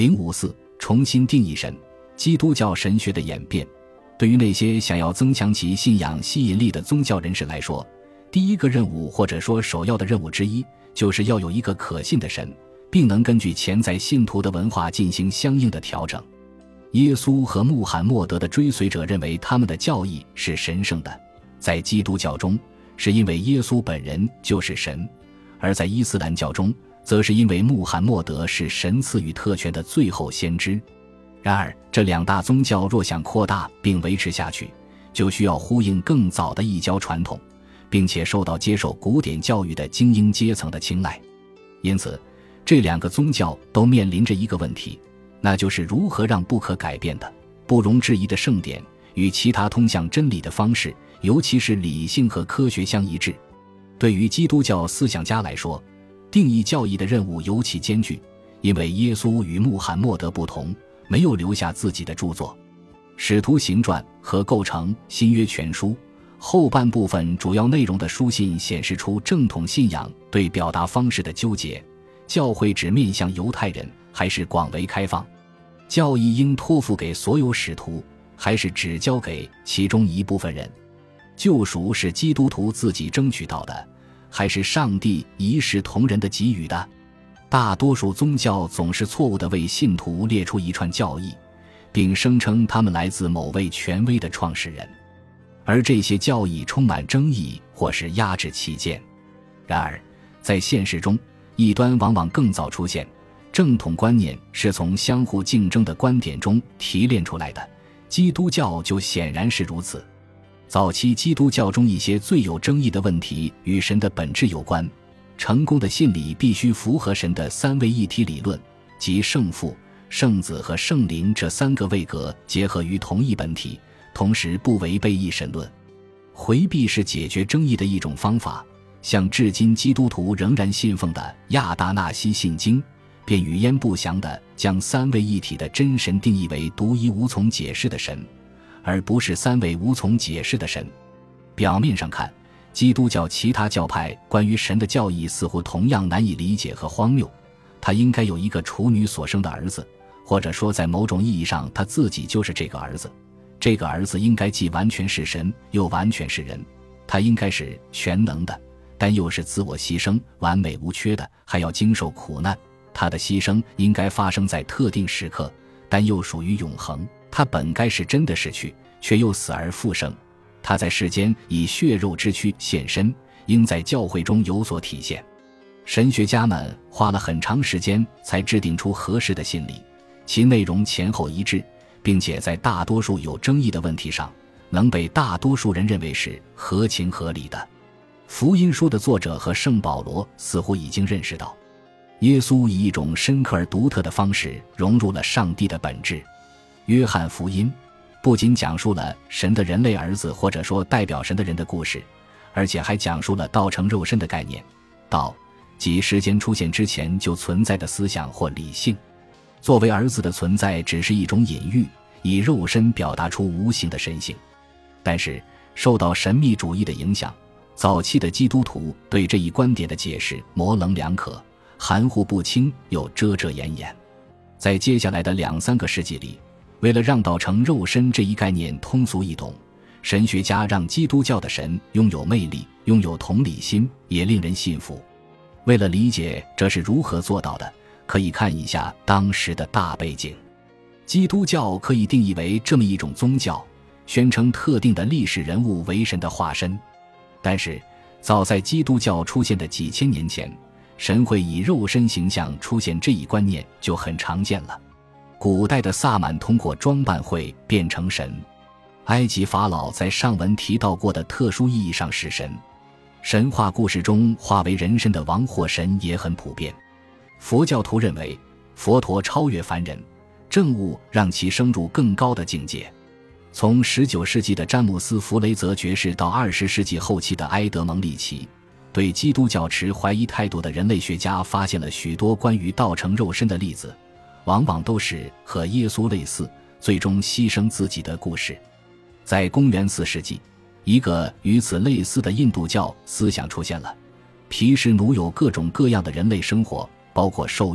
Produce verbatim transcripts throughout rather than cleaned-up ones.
零五四重新定义神。基督教神学的演变，对于那些想要增强其信仰吸引力的宗教人士来说，第一个任务或者说首要的任务之一，就是要有一个可信的神，并能根据潜在信徒的文化进行相应的调整。耶稣和穆罕默德的追随者认为他们的教义是神圣的，在基督教中是因为耶稣本人就是神，而在伊斯兰教中则是因为穆罕默德是神赐予特权的最后先知。然而这两大宗教若想扩大并维持下去，就需要呼应更早的异教传统，并且受到接受古典教育的精英阶层的青睐。因此这两个宗教都面临着一个问题，那就是如何让不可改变的、不容置疑的圣典与其他通向真理的方式，尤其是理性和科学相一致。对于基督教思想家来说，定义教义的任务尤其艰巨，因为耶稣与穆罕默德不同，没有留下自己的著作。使徒行传和构成新约全书后半部分主要内容的书信显示出正统信仰对表达方式的纠结，教会只面向犹太人还是广为开放，教义应托付给所有使徒还是只交给其中一部分人，救赎是基督徒自己争取到的还是上帝一视同仁地给予的。大多数宗教总是错误地为信徒列出一串教义，并声称他们来自某位权威的创始人，而这些教义充满争议或是压制其见。然而在现实中，异端往往更早出现，正统观念是从相互竞争的观点中提炼出来的，基督教就显然是如此。早期基督教中一些最有争议的问题与神的本质有关，成功的信理必须符合神的三位一体理论，即圣父、圣子和圣灵这三个位格结合于同一本体，同时不违背一神论。回避是解决争议的一种方法，像至今基督徒仍然信奉的亚达纳西信经，便语焉不详地将三位一体的真神定义为独一无从解释的神，而不是三位无从解释的神。表面上看，基督教其他教派关于神的教义似乎同样难以理解和荒谬，他应该有一个处女所生的儿子，或者说在某种意义上他自己就是这个儿子，这个儿子应该既完全是神又完全是人，他应该是全能的，但又是自我牺牲完美无缺的，还要经受苦难，他的牺牲应该发生在特定时刻，但又属于永恒，他本该是真的逝去，却又死而复生，他在世间以血肉之躯现身，应在教会中有所体现。神学家们花了很长时间才制定出合适的信理，其内容前后一致，并且在大多数有争议的问题上能被大多数人认为是合情合理的。福音书的作者和圣保罗似乎已经认识到，耶稣以一种深刻而独特的方式融入了上帝的本质。约翰福音不仅讲述了神的人类儿子或者说代表神的人的故事，而且还讲述了道成肉身的概念，道即时间出现之前就存在的思想或理性。作为儿子的存在只是一种隐喻，以肉身表达出无形的神性。但是受到神秘主义的影响，早期的基督徒对这一观点的解释模棱两可，含糊不清又遮遮掩掩。在接下来的两三个世纪里，为了让道成肉身这一概念通俗易懂，神学家让基督教的神拥有魅力，拥有同理心，也令人信服。为了理解这是如何做到的，可以看一下当时的大背景。基督教可以定义为这么一种宗教，宣称特定的历史人物为神的化身。但是早在基督教出现的几千年前，神会以肉身形象出现这一观念就很常见了。古代的萨满通过装扮会变成神，埃及法老在上文提到过的特殊意义上是神，神话故事中化为人身的王或神也很普遍。佛教徒认为佛陀超越凡人，证悟让其升入更高的境界。从十九世纪的詹姆斯·弗雷泽爵士到二十世纪后期的埃德蒙·利奇，对基督教持怀疑态度的人类学家发现了许多关于道成肉身的例子，往往都是和耶稣类似，最终牺牲自己的故事。在公元四世纪，一个与此类似的印度教思想出现了。皮什奴有各种各样的人类生活，包括受孕、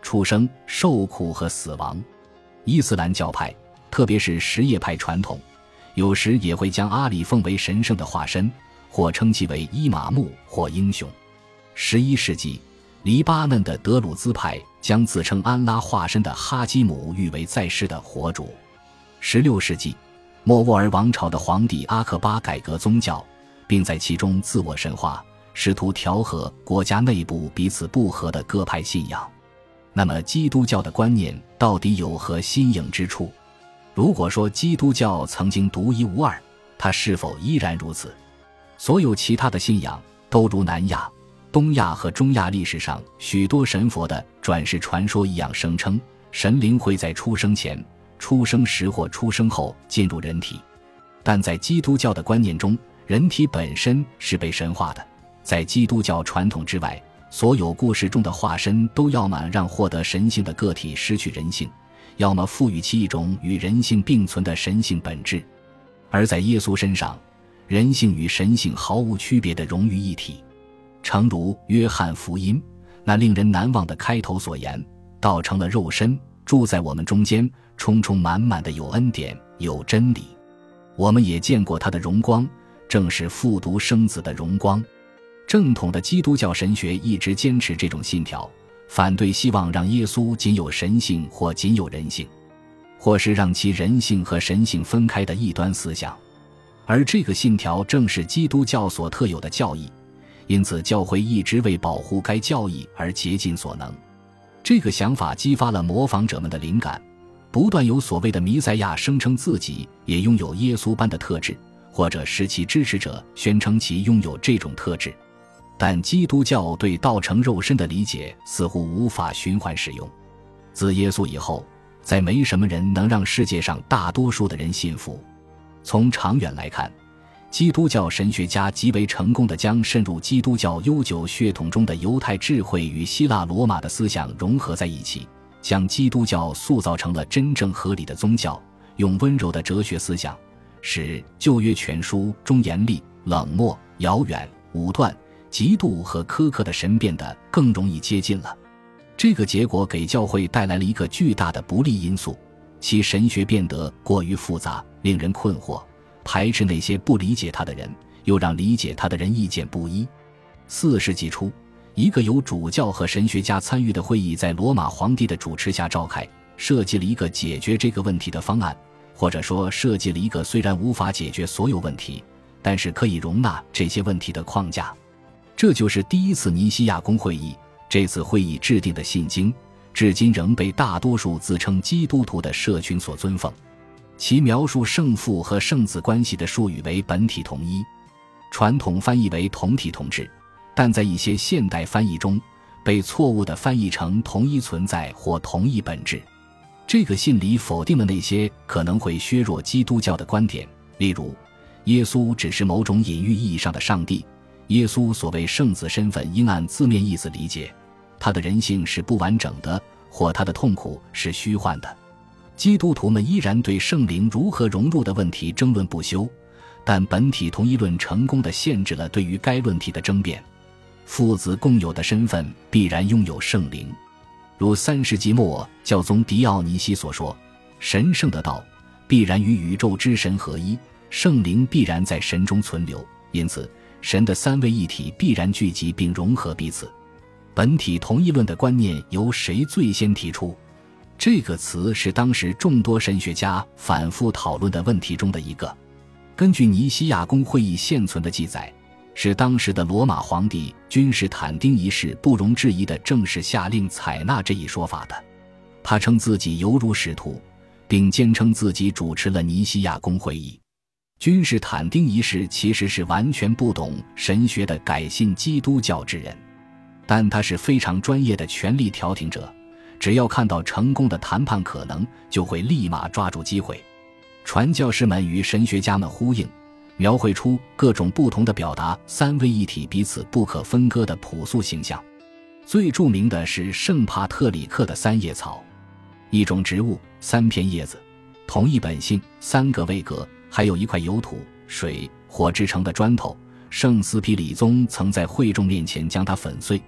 出生、受苦和死亡。伊斯兰教派，特别是什叶派传统，有时也会将阿里奉为神圣的化身，或称其为伊玛目或英雄。十一世纪，黎巴嫩的德鲁兹派将自称安拉化身的哈基姆誉为在世的活主。十六世纪，莫卧儿王朝的皇帝阿克巴改革宗教，并在其中自我神化，试图调和国家内部彼此不合的各派信仰。那么基督教的观念到底有何新颖之处？如果说基督教曾经独一无二，它是否依然如此？所有其他的信仰都如南亚、东亚和中亚历史上许多神佛的转世传说一样，声称神灵会在出生前、出生时或出生后进入人体。但在基督教的观念中，人体本身是被神化的。在基督教传统之外，所有故事中的化身都要么让获得神性的个体失去人性，要么赋予其一种与人性并存的神性本质。而在耶稣身上，人性与神性毫无区别地融于一体。诚如约翰福音那令人难忘的开头所言，道成了肉身，住在我们中间，充充满满的有恩典，有真理。我们也见过他的荣光，正是复独生子的荣光。正统的基督教神学一直坚持这种信条，反对希望让耶稣仅有神性或仅有人性，或是让其人性和神性分开的异端思想。而这个信条正是基督教所特有的教义，因此教会一直为保护该教义而竭尽所能。这个想法激发了模仿者们的灵感，不断有所谓的弥赛亚声称自己也拥有耶稣般的特质，或者使其支持者宣称其拥有这种特质。但基督教对道成肉身的理解似乎无法循环使用。自耶稣以后，再没什么人能让世界上大多数的人信服。从长远来看，基督教神学家极为成功地将渗入基督教悠久血统中的犹太智慧与希腊罗马的思想融合在一起，将基督教塑造成了真正合理的宗教，用温柔的哲学思想使旧约全书中严厉、冷漠、遥远、武断、极度和苛刻的神变得更容易接近了。这个结果给教会带来了一个巨大的不利因素，其神学变得过于复杂，令人困惑，排斥那些不理解他的人，又让理解他的人意见不一。四世纪初，一个由主教和神学家参与的会议在罗马皇帝的主持下召开，设计了一个解决这个问题的方案，或者说设计了一个虽然无法解决所有问题，但是可以容纳这些问题的框架。这就是第一次尼西亚公会议。这次会议制定的信经至今仍被大多数自称基督徒的社群所尊奉，其描述圣父和圣子关系的术语为本体同一，传统翻译为同体同质，但在一些现代翻译中被错误地翻译成同一存在或同一本质。这个信里否定了那些可能会削弱基督教的观点，例如耶稣只是某种隐喻意义上的上帝，耶稣所谓圣子身份应按字面意思理解，他的人性是不完整的，或他的痛苦是虚幻的。基督徒们依然对圣灵如何融入的问题争论不休，但本体同一论成功地限制了对于该论题的争辩。父子共有的身份必然拥有圣灵，如三世纪末教宗狄奥尼西所说，神圣的道必然与宇宙之神合一，圣灵必然在神中存留，因此神的三位一体必然聚集并融合彼此。本体同一论的观念由谁最先提出？这个词是当时众多神学家反复讨论的问题中的一个。根据尼西亚公会议现存的记载，是当时的罗马皇帝君士坦丁一世不容置疑地正式下令采纳这一说法的。他称自己犹如使徒，并坚称自己主持了尼西亚公会议。君士坦丁一世其实是完全不懂神学的改信基督教之人，但他是非常专业的权力调停者，只要看到成功的谈判可能，就会立马抓住机会。传教士们与神学家们呼应，描绘出各种不同的表达三位一体彼此不可分割的朴素形象。最著名的是圣帕特里克的三叶草，一种植物，三片叶子，同一本性，三个位格，还有一块由土、水、火制成的砖头。圣斯皮里宗曾在会众面前将它粉碎，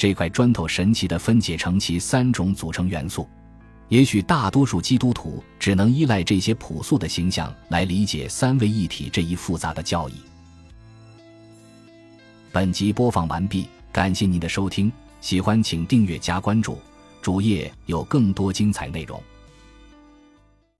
这块砖头神奇地分解成其三种组成元素。也许大多数基督徒只能依赖这些朴素的形象来理解三位一体这一复杂的教义。本集播放完毕，感谢您的收听，喜欢请订阅加关注，主页有更多精彩内容。